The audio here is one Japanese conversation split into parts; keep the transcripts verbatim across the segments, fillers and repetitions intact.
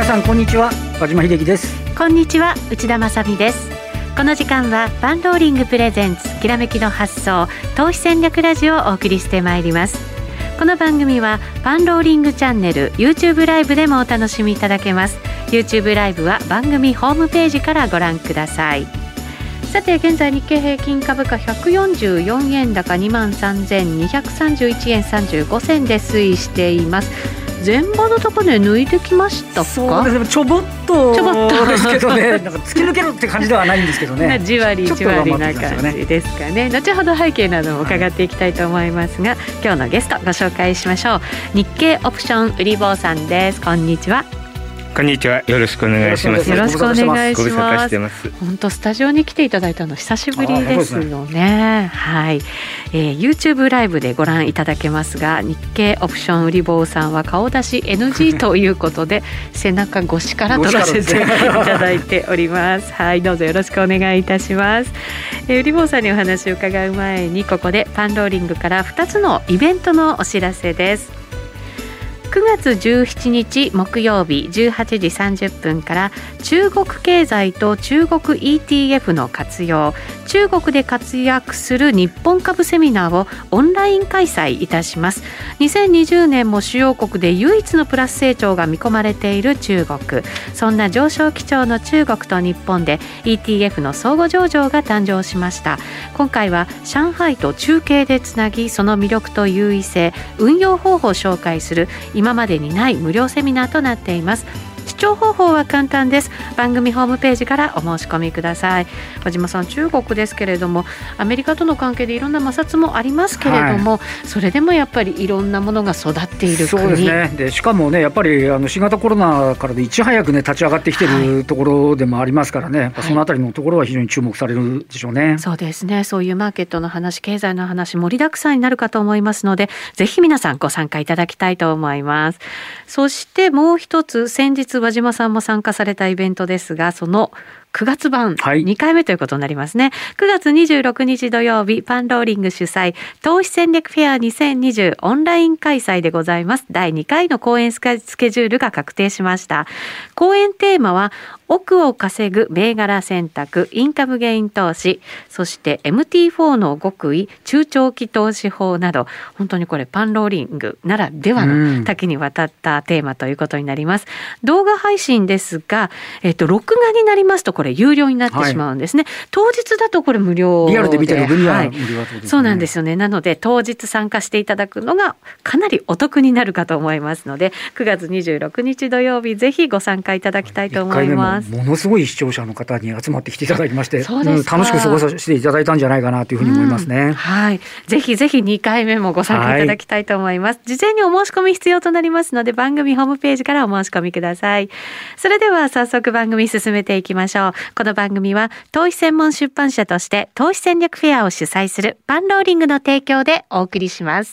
さんこんにちは、和島秀樹です。 こんにちは、内田まさみです。この時間はパンローリングプレゼンツきらめきの発想投資戦略ラジオをお送りしてまいります。この番組はパンローリングチャンネル YouTube ライブでもお楽しみいただけます。 YouTube ライブは番組ホームページからご覧ください。さて現在日経平均株価ひゃくよんじゅうよんえん高 にまんさんぜんにひゃくさんじゅういちえんさんじゅうごせんで推移しています。前場の高値抜いてきましたか？ そうですね、ちょぼっとですけどねなんか突き抜けるって感じではないんですけどねじわりじわりな感じですかね。後ほど背景なども伺っていきたいと思いますが、今日のゲストご紹介しましょう。日経オプション売り坊さんです。こんにちは。 こんにちは、よろしくお願いします。 よろしくお願いします。 ご無沙汰してます。 本当スタジオに来ていただいたの久しぶりですよね。はい、えー、YouTube ライブでご覧いただけますが、日経オプション売り坊さんは顔出し エヌジー ということで背中越しから撮らせていただいております。はい、どうぞよろしくお願いいたします。えー、売り坊さんにお話を伺う前に、ここでパンローリングからふたつのイベントのお知らせです。くがつじゅうしちにち木曜日じゅうはちじさんじゅっぷんから中国経済と中国 イーティーエフ の活用、中国で活躍する日本株セミナーをオンライン開催いたします。にせんにじゅうねんも主要国で唯一のプラス成長が見込まれている中国、そんな上昇基調の中国と日本で イーティーエフ の相互上場が誕生しました。今回は上海と中継でつなぎ、その魅力と優位性、運用方法を紹介する今までにない無料セミナーとなっています。視聴方法は簡単です。番組ホームページからお申し込みください。和島さん、中国ですけれどもアメリカとの関係でいろんな摩擦もありますけれども、はい、それでもやっぱりいろんなものが育っている国。 そうですね。でしかもね、やっぱりあの新型コロナからでいち早くね立ち上がってきているところでもありますからね、はい、そのあたりのところは非常に注目されるでしょうね。はい、 そうですね。そういうマーケットの話、経済の話盛りだくさんになるかと思いますので、ぜひ皆さんご参加いただきたいと思います。そしてもう一つ、先日和島さんも参加されたイベントですが、そのくがつ版、はい、にかいめということになりますね。くがつにじゅうろくにち土曜日、パンローリング主催投資戦略フェアにせんにじゅうオンライン開催でございます。だいにかいの講演スケジュールが確定しました。講演テーマは億を稼ぐ銘柄選択、インカムゲイン投資、そして エムティーフォー の極意、中長期投資法など、本当にこれパンローリングならではの多岐にわたったテーマということになります。動画配信ですが、えっと、録画になりますとこれ有料になってしまうんですね。はい、当日だとこれ無料で、 リアルで見てる分には無料だということですね。 そうなんですよね。なので当日参加していただくのがかなりお得になるかと思いますので、くがつにじゅうろくにち土曜日ぜひご参加いただきたいと思います。 も, ものすごい視聴者の方に集まってきていただきまして、うん、楽しく過ごさせていただいたんじゃないかなというふうに思いますね。うん、 はい、ぜひぜひにかいめもご参加いただきたいと思います。はい、事前にお申し込み必要となりますので、番組ホームページからお申し込みください。それでは早速番組進めていきましょう。この番組は投資専門出版社として投資戦略フェアを主催するパンローリングの提供でお送りします。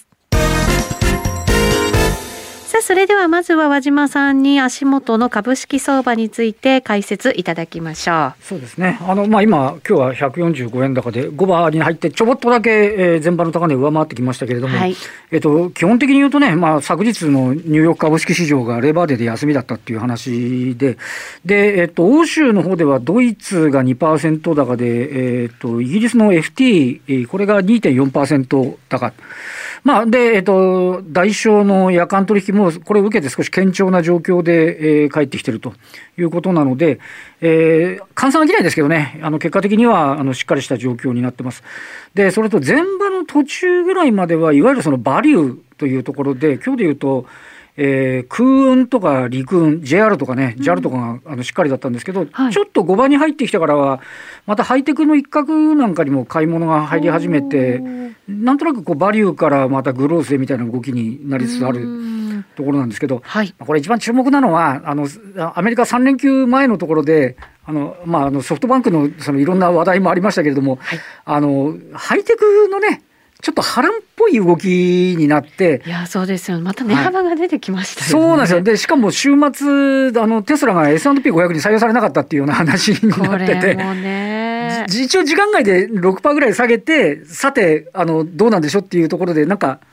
さあ、それではまずは和島さんに足元の株式相場について解説いただきましょう。 そうですね。あの、まあ、今今日はひゃくよんじゅうごえん高でごばに入ってちょぼっとだけ、えー、前場の高値を上回ってきましたけれども、はい、えっと、基本的に言うとね、まあ、昨日のニューヨーク株式市場がレーバーデーで休みだったっていう話で、で、えっと、欧州の方ではドイツが にパーセント 高で、えっと、イギリスの エフティー、これが にてんよんパーセント 高。まあ、で、えっと、代償の夜間取引もこれを受けて少し堅調な状況で、えー、帰ってきているということなので、えー、換算はきないですけどね、あの結果的にはあのしっかりした状況になってます。で、それと前場の途中ぐらいまではいわゆるそのバリューというところで、今日で言うと、えー、空運とか陸運 ジェイアール とかね、うん、ジャル とかがあのしっかりだったんですけど、はい、ちょっとごばに入ってきてからはまたハイテクの一角なんかにも買い物が入り始めて、なんとなくこうバリューからまたグロースへみたいな動きになりつつあるところなんですけど、はい、これ一番注目なのはあのアメリカさんれんきゅう前のところであの、まあ、あのソフトバンクのそのいろんな話題もありましたけれども、はい、あのハイテクのねちょっと波乱っぽい動きになって、 いやそうですよ、また値幅が出てきましたよね。 はい、そうなんですよ。でしかも週末あのテスラが エスアンドピーごひゃく に採用されなかったっていうような話になってて、これもね一応時間外で ろくパーセント ぐらい下げて、さてあのどうなんでしょうっていうところでなんか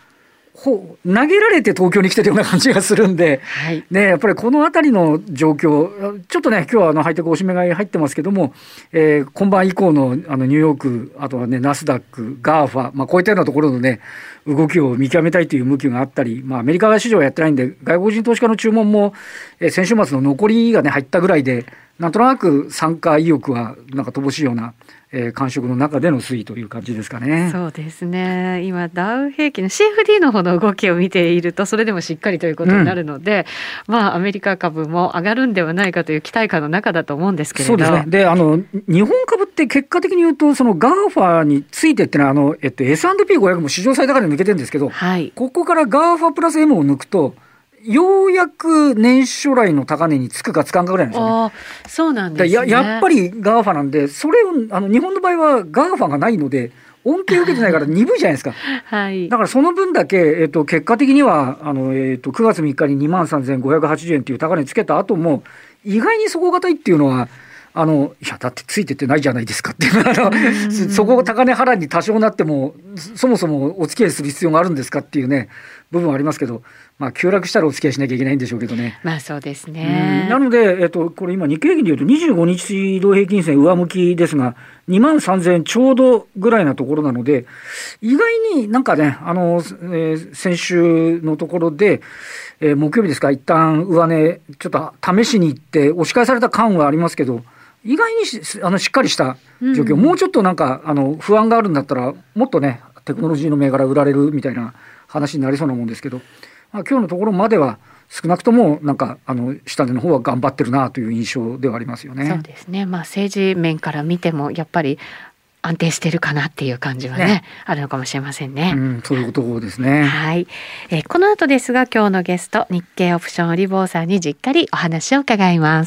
ほ投げられて東京に来てるような感じがするんで、はいね、やっぱりこのあたりの状況、ちょっとね、今日はあのハイテクおしめ買い入ってますけども、えー、今晩以降のあのニューヨーク、あとはね、ナスダック、ガーファ、まあ、こういったようなところのね、動きを見極めたいという向きがあったり、まあ、アメリカ市場はやってないんで、外国人投資家の注文も、えー、先週末の残りがね、入ったぐらいで、なんとなく参加意欲はなんか乏しいような、えー、感触の中での推移という感じですかね。 そうですね。今ダウ平均の シーエフディー の方の動きを見ているとそれでもしっかりということになるので、うん、まあアメリカ株も上がるんではないかという期待感の中だと思うんですけれど。 そうですね。で、あの日本株って結果的に言うとその ガーファ についてってのはあの、えっと、エスアンドピーごひゃく も史上最高値抜けてるんですけど、はい、ここから ガーファ プラス M を抜くとようやく年初来の高値につくかつかんかぐらいなんですよね。 あ、そうなんですね。 や, やっぱり ガーファ なんで、それをあの日本の場合は ガーファ がないので恩恵を受けてないから鈍いじゃないですか、はい、だからその分だけ、えー、と結果的にはあの、えー、とくがつみっかに にまんさんぜんごひゃくはちじゅうえんという高値つけた後も意外に底堅いっていうのはあのいやだってついてってないじゃないですかっていうあのそこを高値払いに多少なってもそもそもお付き合いする必要があるんですかっていうね部分はありますけど、まあ、急落したらお付き合いしなきゃいけないんでしょうけどね。 まあそうですね。 なので、えっと、これ今日経平均でいうとにじゅうごにち移動平均線上向きですがにまんさんぜんちょうどぐらいなところなので意外になんかねあの、えー、先週のところで、えー、木曜日ですか一旦上値ちょっと試しに行って押し返された感はありますけど意外に し, あのしっかりした状況、うん、もうちょっとなんかあの不安があるんだったらもっとねテクノロジーの銘柄売られるみたいな話になりそうなもんですけど、まあ、今日のところまでは少なくともなんかあの下値の方は頑張ってるなという印象ではありますよね。 そうですね、まあ、政治面から見てもやっぱり安定してるかなっていう感じは ね, ねあるのかもしれませんね、 うん、そういうことですね。 はい、えー、この後ですが今日のゲスト日経オプション売り坊さんにじっくりお話を伺います。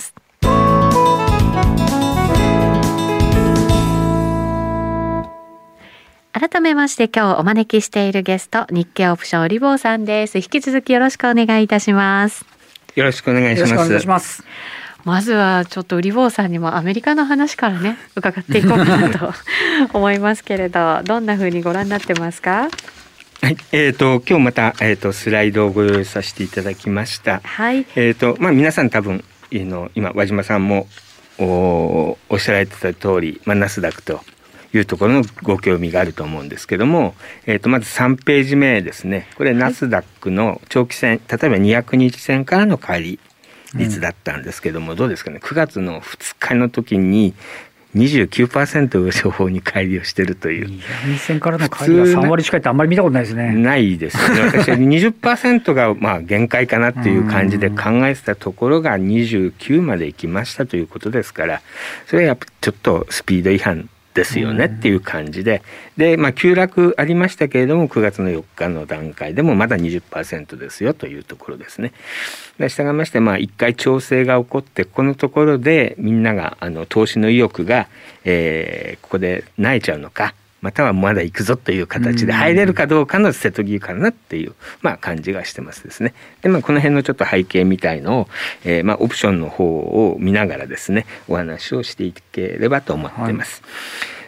改めまして今日お招きしているゲスト日経オプション売り坊さんです。引き続きよろしくお願いいたします。 よろしくお願いします。よろしくお願いします。 まずはちょっと売り坊さんにもアメリカの話からね伺っていこうかなと思いますけれどどんな風にご覧になってますか？ はい、えーと今日また、えーとスライドをご用意させていただきました。はい、えーとまあ皆さん多分の今和島さんも お, おっしゃられてた通り、まあ、ナスダックというところのご興味があると思うんですけども、えー、とまずさんページ目ですね。これナスダックの長期線、例えばにひゃくにち線からの乖離率だったんですけども、うん、どうですかね。くがつのふつかの時に にじゅうきゅうパーセント 上方に乖離をしているという。にひゃくにち線からの乖離がさんわり近いってあんまり見たことないですね。ないですよね。私は にじゅっパーセント がまあ限界かなっていう感じで考えてたところがにじゅうきゅうまで行きましたということですから、それはやっぱちょっとスピード違反ですよねっていう感じで、で、まあ、急落ありましたけれどもくがつのよっかの段階でもまだ にじゅっパーセント ですよというところですね。したがいまして、まあ、一回調整が起こってこのところでみんながあの投資の意欲が、えー、ここで萎えちゃうのかまたはまだ行くぞという形で入れるかどうかの瀬戸際かなっていう、まあ、感じがしてますですね。で、まあ、この辺のちょっと背景みたいのを、えーまあ、オプションの方を見ながらですねお話をしていければと思っています。はい、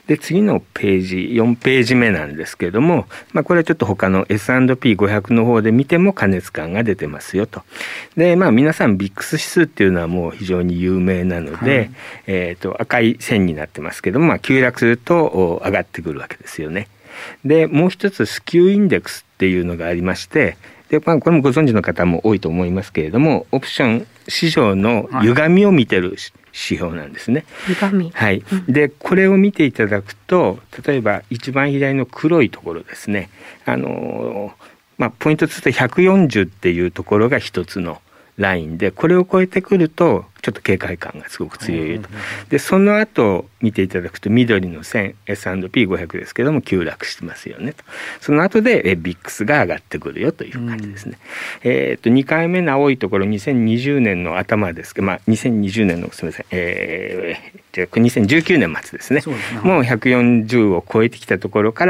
で次のページよんページ目なんですけれども、まあ、これはちょっと他の エスアンドピーごひゃく の方で見ても過熱感が出てますよと。で、まあ、皆さんビックス指数っていうのはもう非常に有名なので、はい、えー、と赤い線になってますけども、まあ、急落すると上がってくるわけですよね。でもう一つスキューインデックスっていうのがありまして、で、まあ、これもご存知の方も多いと思いますけれどもオプション市場の歪みを見てる、はい、指標なんですね。 歪み、 はい、うん、でこれを見ていただくと例えば一番左の黒いところですね、あのーまあ、ポイントとしてひゃくよんじゅうっていうところが一つのラインでこれを超えてくるとちょっと警戒感がすごく強いと。でその後見ていただくと緑の線 エスアンドピーごひゃく ですけども急落してますよねと。その後でえビックスが上がってくるよという感じですね。えー、とにかいめの青いところにせんにじゅうねんの頭ですけど、まあ、にせんにじゅうねんのすみません、えー、じゃあにせんじゅうきゅうねん末ですね。そうですね。もうひゃくよんじゅうを超えてきたところから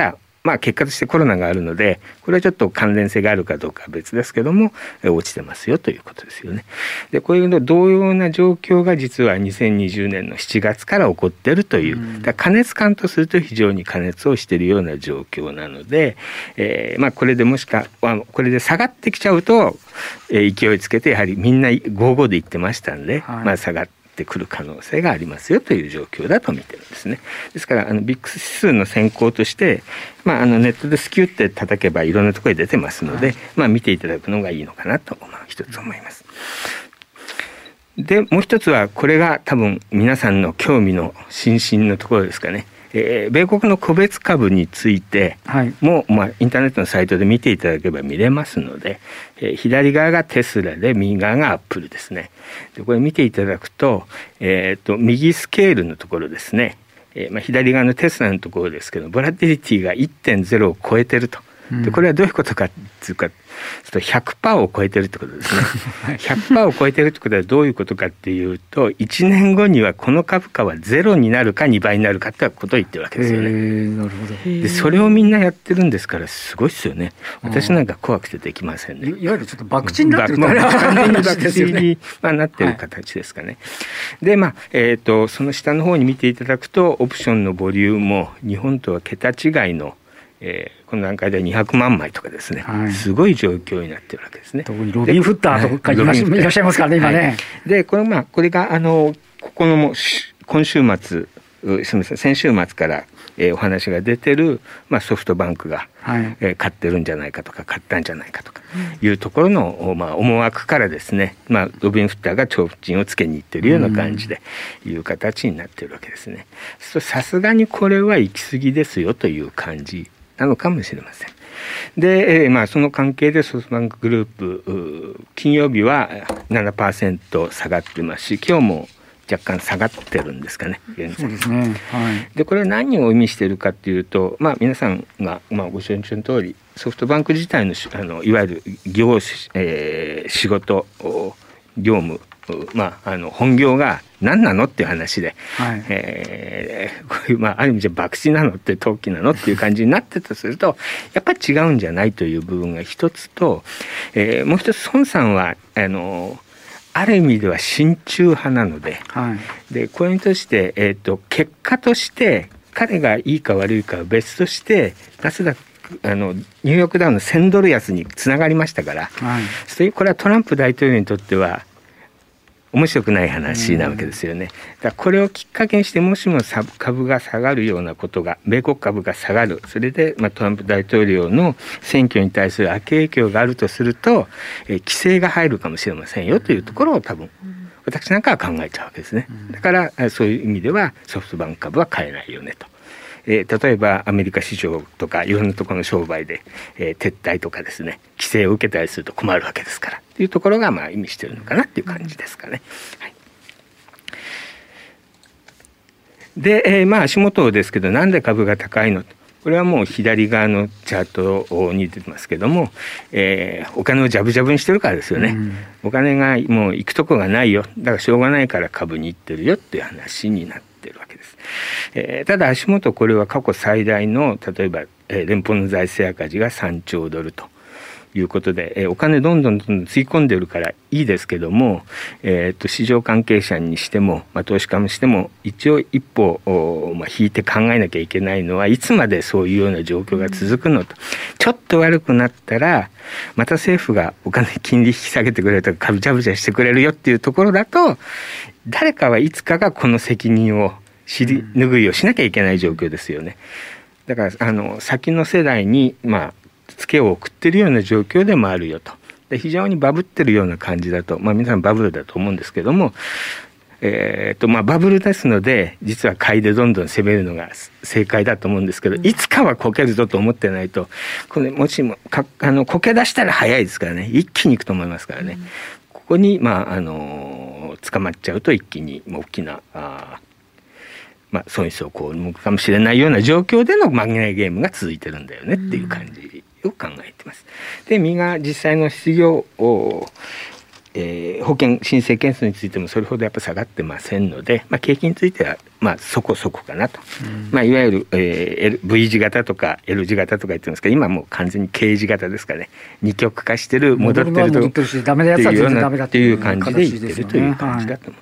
まあ、結果としてコロナがあるのでこれはちょっと関連性があるかどうかは別ですけども落ちてますよということですよね。でこういうの同様な状況が実はにせんにじゅうねんのしちがつから起こっているという、だから過熱感とすると非常に過熱をしているような状況なので、えーまあ、これでもしかこれで下がってきちゃうと、えー、勢いつけてやはりみんなごじゅうごで言ってましたんで、はい、まあ、下がってってくる可能性がありますよという状況だと見てるんですね。ですからあのビックス指数の先行として、まあ、あのネットでスキュって叩けばいろんなところに出てますので、はい、まあ、見ていただくのがいいのかなと、まあ、一つ思います。でもう一つはこれが多分皆さんの興味の津々のところですかね。えー、米国の個別株についても、はい、まあ、インターネットのサイトで見ていただければ見れますので、えー、左側がテスラで右側がアップルですね。でこれ見ていただくと、えー、と右スケールのところですね、えーまあ、左側のテスラのところですけどボラティリティが いってんゼロ を超えてると。でこれはどういうことかっていうか ひゃくパーセント を超えてるってことですね。ひゃくパーセント を超えてるってことはどういうことかっていうといちねんごにはこの株価はゼロになるかにばいになるかってことを言ってるわけですよね。 なるほど。 でそれをみんなやってるんですからすごいですよね。私なんか怖くてできませんね。 いわゆるちょっと博打になってる、まあ、 完全に博打に、まあ、なってる形ですかね。はい、でまあ、えーと、その下の方に見ていただくとオプションのボリュームも日本とは桁違いのえー、この段階ではにひゃくまんまいとかですね、はい、すごい状況になってるわけですね。 特にロビンフッターとかいらっしゃいますからね今ね。はい、 でこれまあこれがあのここのも今週末すみません先週末から、えー、お話が出てる、まあ、ソフトバンクが、はい、えー、買ってるんじゃないかとか買ったんじゃないかとかいうところの、まあ、思惑からですね、まあ、ロビンフッターが長賃をつけにいってるような感じでいう形になってるわけですね。さすがにこれは行き過ぎですよという感じなのかもしれません。で、えーまあ、その関係でソフトバンクグループ金曜日は ななパーセント 下がってますし今日も若干下がってるんですかね現在。 そうですね、はい、 でこれ何を意味しているかというと、まあ、皆さんが、まあ、ご承知の通りソフトバンク自体 の, あのいわゆる業、えー、仕事業務まあ、あの本業が何なのっていう話で、はい、えー、こういう、まあ、ある意味じゃ博打なのって投機なのっていう感じになってたとするとやっぱり違うんじゃないという部分が一つと、えー、もう一つ孫さんはあのある意味では親中派なので、はい、でこれにとして、えーと、結果として彼がいいか悪いかは別としてナスダックあのニューヨークダウのせんドル安につながりましたから、はい、それこれはトランプ大統領にとっては面白くない話なわけですよね。だからこれをきっかけにしてもしも株が下がるようなことが米国株が下がるそれで、まあ、トランプ大統領の選挙に対する悪影響があるとすると、えー、規制が入るかもしれませんよというところを多分私なんかは考えちゃうわけですね。だからそういう意味ではソフトバンク株は買えないよねと。えー、例えばアメリカ市場とかいろんなところの商売で、えー、撤退とかですね規制を受けたりすると困るわけですからというところがまあ意味しているのかなっていう感じですかね。はい、で、えー、まあ足元ですけどなんで株が高いのとこれはもう左側のチャートに出てますけども、えー、お金をジャブジャブにしてるからですよね。うん、お金がもう行くとこがないよだからしょうがないから株に行ってるよっていう話になってるわけです。えー、ただ足元これは過去最大の例えば、えー、連邦の財政赤字がさんちょうドルということで、えー、お金どんどんどんどんつぎ込んでるからいいですけども、えー、と市場関係者にしても、まあ、投資家にしても一応一歩、まあ、引いて考えなきゃいけないのはいつまでそういうような状況が続くのと、ちょっと悪くなったらまた政府がお金金利引き下げてくれるとかブチャブチャしてくれるよっていうところだと誰かはいつかがこの責任を尻拭いをしなきゃいけない状況ですよね。だからあの先の世代にまあツケを送ってるような状況でもあるよと。で非常にバブってるような感じだと、まあ、皆さんバブルだと思うんですけども、えーとまあ、バブルですので実は買いでどんどん攻めるのが正解だと思うんですけど、いつかはこけるぞと思ってないとこれもしもかあのこけ出したら早いですからね一気にいくと思いますからね、うん、ここに、まあ、あの捕まっちゃうと一気に大きなあまあ、損失をこう生むかもしれないような状況でのマグネゲームが続いてるんだよねっていう感じを考えてます。で右が実際の失業えー、保険申請件数についてもそれほどやっぱ下がってませんので、まあ、景気についてはまあそこそこかなと、うんまあ、いわゆる、えー、L、V 字型とか L 字型とか言ってますけど今もう完全に K 字型ですかね二極化してる戻ってると戻ってるしダメなやつは全然ダメだっていう感じで言ってるという感じだと思います。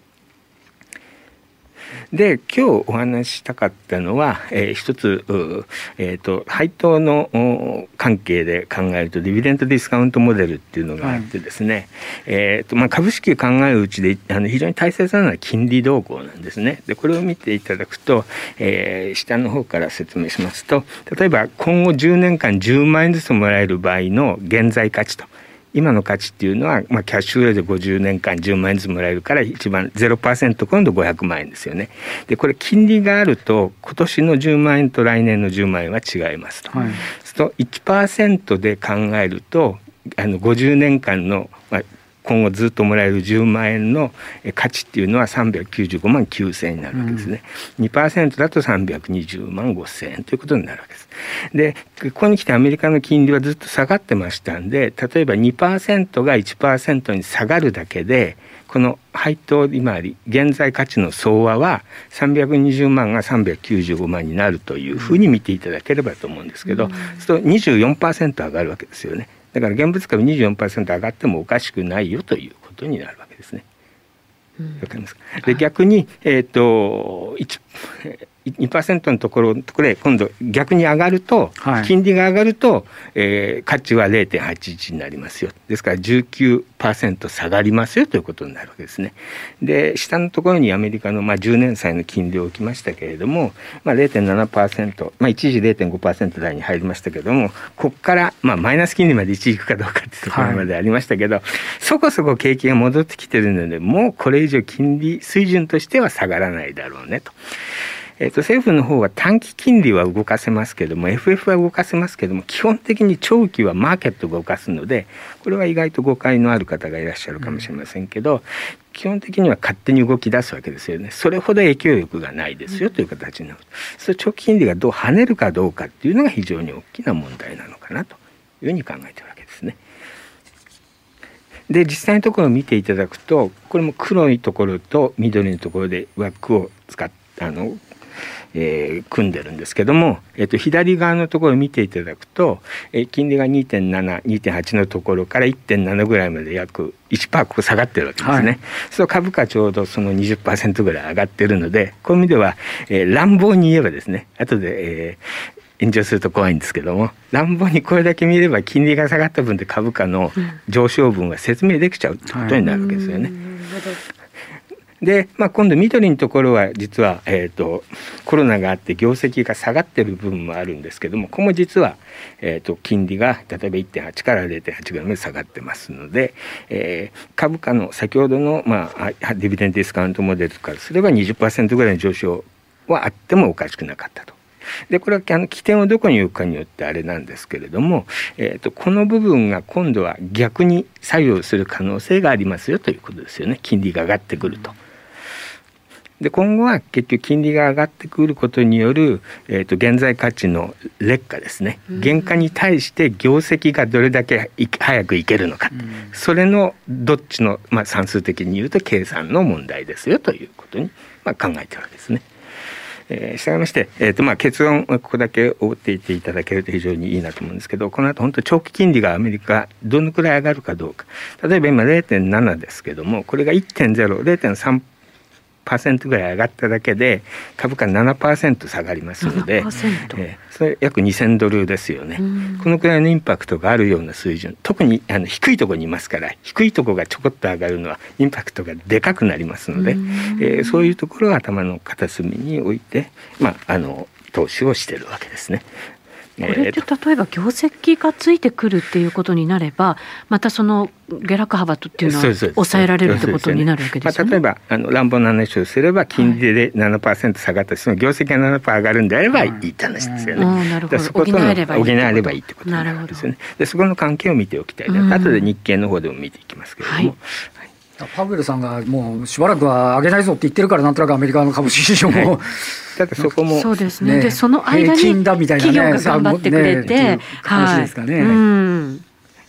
で今日お話ししたかったのは、えー、一つ、えー、と配当の関係で考えるとディビデンドディスカウントモデルっていうのがあってですね、はいえーとまあ、株式を考えるうちであの非常に大切なのは金利動向なんですね。でこれを見ていただくと、えー、下の方から説明しますと例えば今後じゅうねんかんじゅうまんえんずつもらえる場合の現在価値と今の価値っていうのは、まあ、キャッシュフローでごじゅうねんかんじゅうまんえんずつもらえるから一番 ゼロパーセント 今度ごひゃくまんえんですよね。でこれ金利があると今年のじゅうまんえんと来年のじゅうまんえんは違いますと、はい、そうすると いちパーセント で考えるとあのごじゅうねんかんの、まあ今後ずっともらえるじゅうまんえんの価値っていうのはさんびゃくきゅうじゅうごまんきゅうせんえんになるわけですね、うん、にパーセント だとさんびゃくにじゅうまんごせんえんということになるわけです。でここに来てアメリカの金利はずっと下がってましたんで例えば にパーセント が いちパーセント に下がるだけでこの配当利回り現在価値の総和はさんびゃくにじゅうまんがさんびゃくきゅうじゅうごまんになるというふうに見ていただければと思うんですけど、うん、そうすると にじゅうよんパーセント 上がるわけですよね。だから現物株 にじゅうよんパーセント 上がってもおかしくないよということになるわけですね。わかりますか。で逆に、えー、とにパーセント のところこれ今度逆に上がると、はい、金利が上がると、えー、価値は ゼロてんはちいち になりますよ。ですから じゅうきゅうパーセント 下がりますよということになるわけですね。で下のところにアメリカの、まあ、じゅうねん債の金利を置きましたけれども、まあ、ゼロてんななパーセント、まあ、一時 ゼロてんごパーセント 台に入りましたけれどもここから、まあ、マイナス金利まで一時行くかどうかっていうところまでありましたけど、はい、そこそこ景気が戻ってきてるのでもうこれ以上金利水準としては下がらないだろうねと。えー、と政府の方は短期金利は動かせますけども エフエフ は動かせますけども基本的に長期はマーケットが動かすのでこれは意外と誤解のある方がいらっしゃるかもしれませんけど、うん、基本的には勝手に動き出すわけですよね。それほど影響力がないですよという形になる。それ長期金利がどう跳ねるかどうかっていうのが非常に大きな問題なのかなというふうに考えているわけですね。で実際のところを見ていただくとこれも黒いところと緑のところで枠を使っあのえー、組んでるんですけども、えー、と左側のところを見ていただくと、えー、金利が にてんなな、にてんはち のところから いってんなな ぐらいまで約 いちパーセント ここ下がってるわけですね、はい、そう株価ちょうどその にじゅっパーセント ぐらい上がってるのでこういう意味では、えー、乱暴に言えばですね後で、えー、炎上すると怖いんですけども乱暴にこれだけ見れば金利が下がった分で株価の上昇分は説明できちゃうってことになるわけですよね、はいで、まあ、今度緑のところは実は、えーと、コロナがあって業績が下がってる部分もあるんですけどもここも実は、えーと、金利が例えば いってんはち から ゼロてんはち ぐらいまで下がってますので、えー、株価の先ほどの、まあ、ディビデンドディスカウントモデルからすれば にじゅっパーセント ぐらいの上昇はあってもおかしくなかったと。でこれはあの起点をどこに置くかによってあれなんですけれども、えーと、この部分が今度は逆に作用する可能性がありますよということですよね。金利が上がってくると。で今後は結局金利が上がってくることによる、えーと、現在価値の劣化ですね、原価に対して業績がどれだけ早くいけるのか、うん、それのどっちの、まあ、算数的に言うと計算の問題ですよということに、まあ、考えているわけですね。えー、したがいまして、えーとまあ、結論ここだけ追っていっていただけると非常にいいなと思うんですけどこの後本当長期金利がアメリカどのくらい上がるかどうか例えば今 ゼロてんなな ですけどもこれが いってんゼロ、ゼロてんさんパーセント ぐらい上がっただけで株価 ななパーセント 下がりますので、えー、それ約にせんドルですよね。このくらいのインパクトがあるような水準特にあの低いところにいますから低いところがちょこっと上がるのはインパクトがでかくなりますので、えー、そういうところを頭の片隅に置いて、まあ、あの投資をしているわけですね。 これって例えば業績がついてくるっていうことになればまたその下落幅っていうのは抑えられるってことになるわけですよね。 まあ、例えばあの乱暴な話をすれば金利で ななパーセント 下がったし、はい、業績が ななパーセント 上がるんであればいいって話ですよね、うん、なるほどそことの補えればいいってことになるんですよね。でそこの関係を見ておきたいな、うん、後で日経の方でも見ていきますけれども、はいパウエルさんがもうしばらくは上げないぞって言ってるからなんとなくアメリカの株式市場も、はい、 だってそこもそうですね、でその間に企業が頑張ってくれて、 ね、話ですかね、はい、うん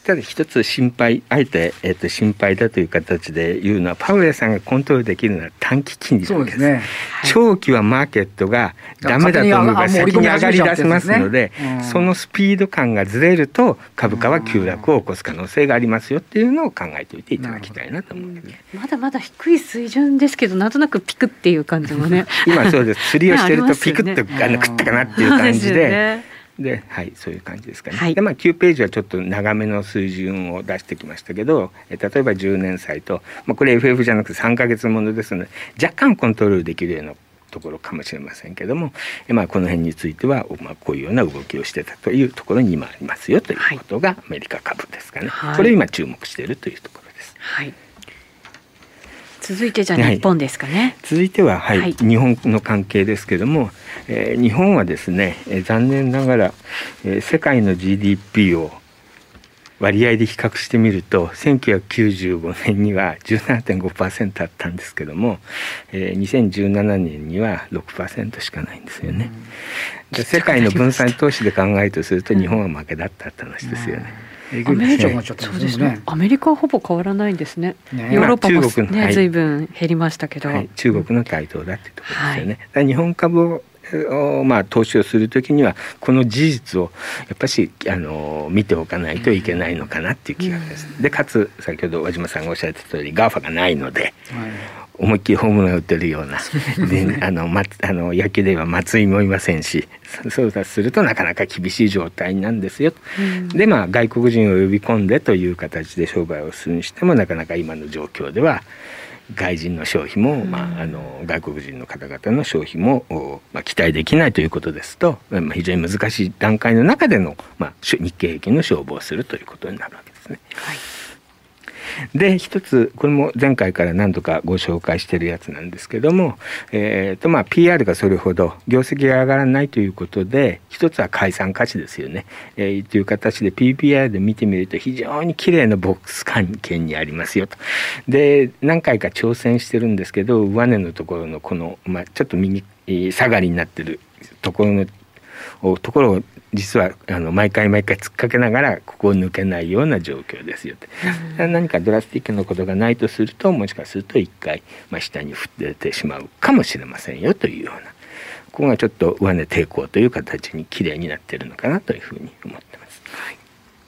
ただ一つ心配、あえて、えー、と心配だという形で言うのは、パウエルさんがコントロールできるのは短期金利だけです。そうですね。長期はマーケットがダメだと思えば先に上がり出しますので、そのスピード感がずれると株価は急落を起こす可能性がありますよっていうのを考えておいていただきたいなと思います、ね。 まだまだ低い水準ですけど、なんとなくピクっていう感じもね。 今そうです。釣りをしてるとピクッとあの食ったかなっていう感じで。で、はい、そういう感じですかね。はい、で、まあ、きゅうページはちょっと長めの水準を出してきましたけど、え例えばじゅうねん債と、まあ、これ エフエフ じゃなくてさんかげつものですので、若干コントロールできるようなところかもしれませんけども、えまあ、この辺については、まあ、こういうような動きをしてたというところに今ありますよということがアメリカ株ですかね。はい、これを今注目しているというところです。はい、 続いてじゃあ日本ですかね。はい、 続いては、はいはい、日本の関係ですけども、えー、日本はですね、えー、残念ながら、えー、世界の ジーディーピー を割合で比較してみるとせんきゅうひゃくきゅうじゅうごねんには じゅうななてんごパーセント あったんですけども、えー、にせんじゅうななねんには ろくパーセント しかないんですよね。で世界の分散投資で考えるとすると日本は負けだったって話ですよね。 アメリカはそうですね。アメリカはほぼ変わらないんですね。ね、ヨーロッパも、ね、中国の、はい、随分減りましたけど、はい、 中国の台頭だっていうところですよね。はい、だから日本株をまあ投資をするときにはこの事実をやっぱしあの見ておかないといけないのかなっていう気がします。でかつ先ほど和島さんがおっしゃった通り ガーファ がないので。はい、思いっきりホームランを打ってるようなであの、ま、あの野球では松井もいませんし、そうだするとなかなか厳しい状態なんですよ、うん、でまあ外国人を呼び込んでという形で商売をするにしてもなかなか今の状況では外人の消費も、うんまあ、あの外国人の方々の消費も、まあ、期待できないということですと、まあ、非常に難しい段階の中での、まあ、日経平均の勝負をするということになるわけですね。はい、で一つこれも前回から何度かご紹介しているやつなんですけども、えーとまあ、ピーアール がそれほど業績が上がらないということで一つは解散価値ですよね、えー、という形で ピーピーアール で見てみると非常に綺麗なボックス関係にありますよと。で何回か挑戦してるんですけど上値のところのこの、まあ、ちょっと右下がりになってるところのところを実はあの毎回毎回突っかけながらここを抜けないような状況ですよって、うん、何かドラスティックなことがないとするともしかすると一回、まあ、下に振っててしまうかもしれませんよというようなここがちょっと上値抵抗という形にきれいになっているのかなというふうに思ってます。はい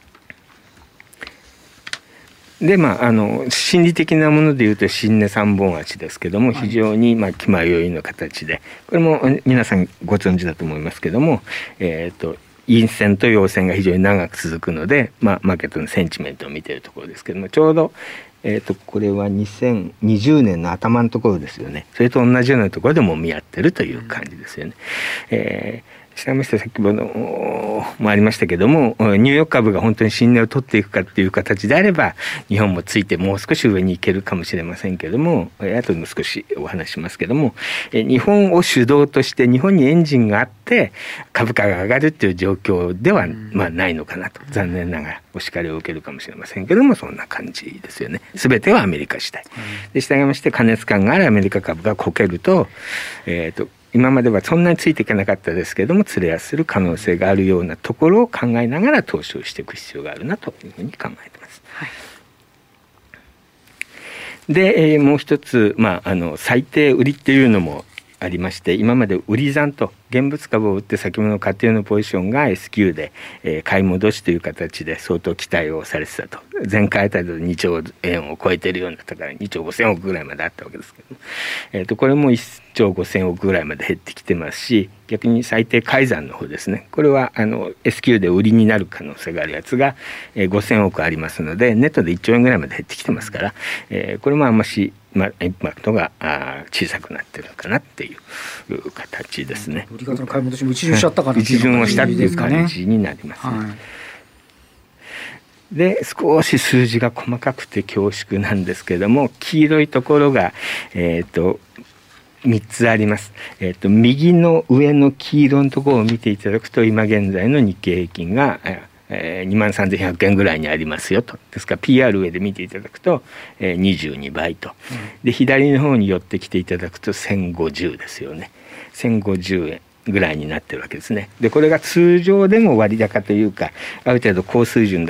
でまあ、あの心理的なものでいうと新値三本足ですけども非常にまあ気迷いの形でこれも皆さんご存知だと思いますけども、えーと陰線と陽線が非常に長く続くので、まあ、マーケットのセンチメントを見ているところですけどもちょうど、えー、とこれはにせんにじゅうねんの頭のところですよね。それと同じようなところでも見合ってるという感じですよね。えーしたがって先ほどもありましたけどもニューヨーク株が本当に新値を取っていくかっていう形であれば日本もついてもう少し上に行けるかもしれませんけども後でも少しお話しますけども日本を主導として日本にエンジンがあって株価が上がるっていう状況ではまあないのかなと残念ながらお叱りを受けるかもしれませんけどもそんな感じですよね。全てはアメリカ次第でしたがまして過熱感があるアメリカ株がこけるとえっと今まではそんなについていけなかったですけれどもつれやする可能性があるようなところを考えながら投資をしていく必要があるなというふうに考えています。はい、で、えー、もう一つ、まあ、あの最低売りっていうのもありまして今まで売り算と現物株を売って先物買定のポジションが エスキュー で、えー、買い戻しという形で相当期待をされてたと前回あたりでにちょうえんを超えているようなだからにちょうごせんおくぐらいまであったわけですけども、えー、とこれもいっちょうごせんおくぐらいまで減ってきてますし逆に最低改ざんの方ですねこれはあの エスキュー で売りになる可能性があるやつが、えー、ごせんおくありますのでネットでいっちょうえんぐらいまで減ってきてますから、えー、これもあんましまあ、インパクトがあ小さくなってるかなっていう形ですね。 売り方の買い戻しも一巡しちゃったかなっていう感じですかね。一巡をしたっていう感じになりますね。はい、で少し数字が細かくて恐縮なんですけれども黄色いところが、えー、とみっつあります。えー、と右の上の黄色のところを見ていただくと今現在の日経平均がえー、にまんさんぜんひゃくえんぐらいにありますよとですから ピーアール 上で見ていただくと、えー、にじゅうにばいと、うん、で左の方に寄ってきていただくとせんごじゅうですよね。せんごじゅうえんぐらいになってるわけですね。でこれが通常でも割高というかある程度高水準だ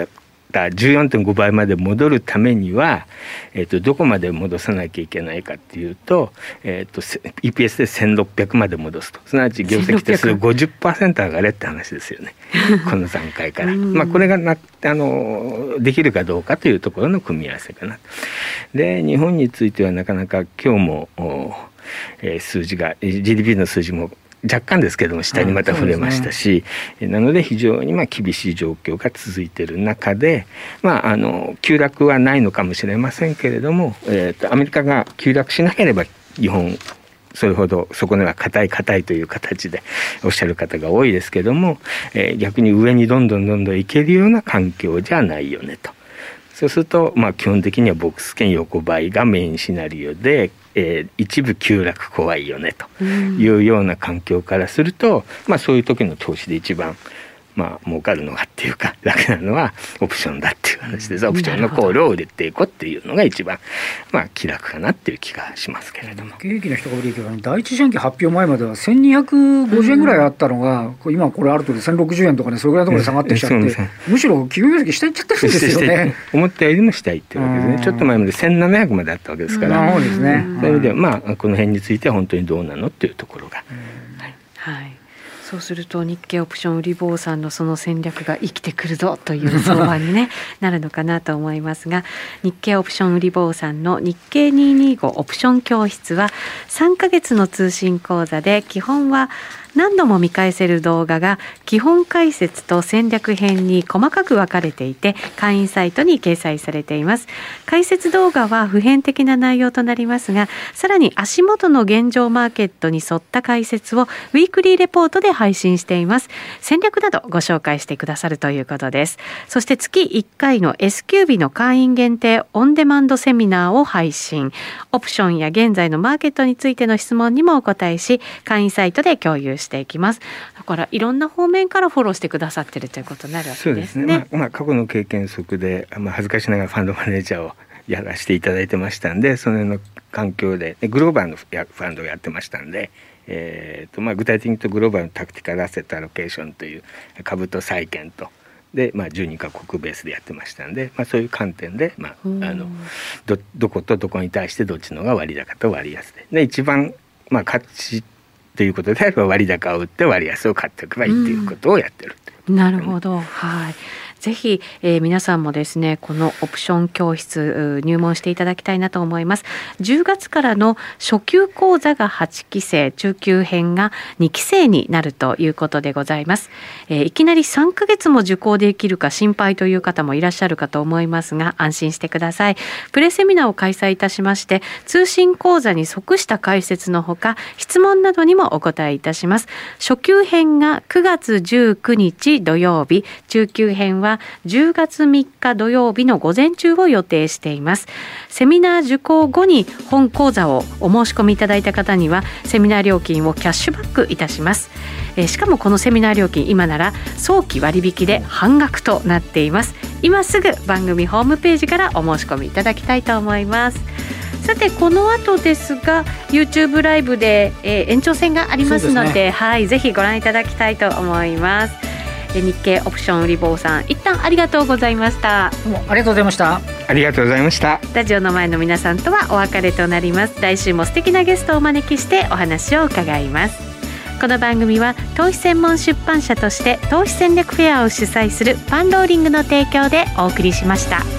た じゅうよんてんご 倍まで戻るためには、えー、とどこまで戻さなきゃいけないかっていうと、えー、と イーピーエス でせんろっぴゃくまで戻すと、すなわち業績手数 ごじゅっパーセント 上がれって話ですよねこの段階からまあこれがなあのできるかどうかというところの組み合わせかな。で日本についてはなかなか今日も、えー、数字が ジーディーピー の数字も若干ですけども下にまた触れましたし、ね、なので非常にまあ厳しい状況が続いている中で、まあ、あの急落はないのかもしれませんけれども、えー、とアメリカが急落しなければ日本それほどそこには硬い硬いという形でおっしゃる方が多いですけども、えー、逆に上にどんどんどんどんいけるような環境じゃないよねと。そうすると、まあ、基本的にはボックス圏横ばいがメインシナリオで、えー、一部急落怖いよねというような環境からすると、まあ、そういう時の投資で一番まあ儲かるのがっていうか楽なのはオプションだっていう話です。オプションのコールを売れていこうっていうのが一番まあ気楽かなっていう気がしますけれども、 日経平均の一株利益は第一四半期発表前まではせんにひゃくごじゅうえんぐらいあったのが、うん、今これあるとせんろくじゅうえんとかね、それぐらいのところで下がってきちゃって、むしろ企業業績下行っちゃってるんですよね。 思ったよりも下行ってるわけですね。ちょっと前までせんななひゃくまであったわけですから、 そうですね。 そういう意味ではまあこの辺については本当にどうなのっていうところが、 はい、はい、そうすると日経オプション売り坊さんのその戦略が生きてくるぞという相場に、ね、なるのかなと思いますが、日経オプション売り坊さんの日経にひゃくにじゅうごオプション教室はさんかげつの通信講座で、基本は何度も見返せる動画が基本解説と戦略編に細かく分かれていて、会員サイトに掲載されています。解説動画は普遍的な内容となりますが、さらに足元の現状マーケットに沿った解説をウィークリーレポートで配信しています。戦略などご紹介してくださるということです。そして月いっかいの S q 日の会員限定オンデマンドセミナーを配信。オプションや現在のマーケットについての質問にもお答えし、会員サイトで共有していきます。だからいろんな方面からフォローしてくださっているということになるわけですね。そうですね。 まあ、まあ、過去の経験則で、まあ、恥ずかしながらファンドマネージャーをやらせていただいてましたんで、その辺の環境でグローバルのファンドをやってましたんで、えーとまあ、具体的に言うとグローバルのタクティカルアセットアロケーションという株と債券とで、まあ、じゅうにカ国ベースでやってましたんで、まあ、そういう観点で、まあ、あの ど, どことどこに対してどっちのが割高と割安で、で一番、まあ、価値ということであれば割高を売って割安を買っておけばいいということをやってる、 うん、なるほど、はい。ぜひ、えー、皆さんもですね、このオプション教室入門していただきたいなと思います。じゅうがつからの初級講座がはちきせい、中級編がにきせいになるということでございます。えー、いきなりさんかげつも受講できるか心配という方もいらっしゃるかと思いますが、安心してください。プレセミナーを開催いたしまして、通信講座に即した解説のほか、質問などにもお答えいたします。初級編がくがつじゅうくにち土曜日、中級編はじゅうがつみっか土曜日の午前中を予定しています。セミナー受講後に本講座をお申し込みいただいた方にはセミナー料金をキャッシュバックいたします。えー、しかもこのセミナー料金今なら早期割引で半額となっています。今すぐ番組ホームページからお申し込みいただきたいと思います。さてこの後ですが YouTube ライブで、えー、延長戦がありますの で, で、ね、はい、ぜひご覧いただきたいと思います。日経オプション売り坊さん、一旦ありがとうございました。 どうもありがとうございました。 ありがとうございました。 ラジオの前の皆さんとはお別れとなります。来週も素敵なゲストをお招きしてお話を伺います。この番組は投資専門出版社として投資戦略フェアを主催するパンローリングの提供でお送りしました。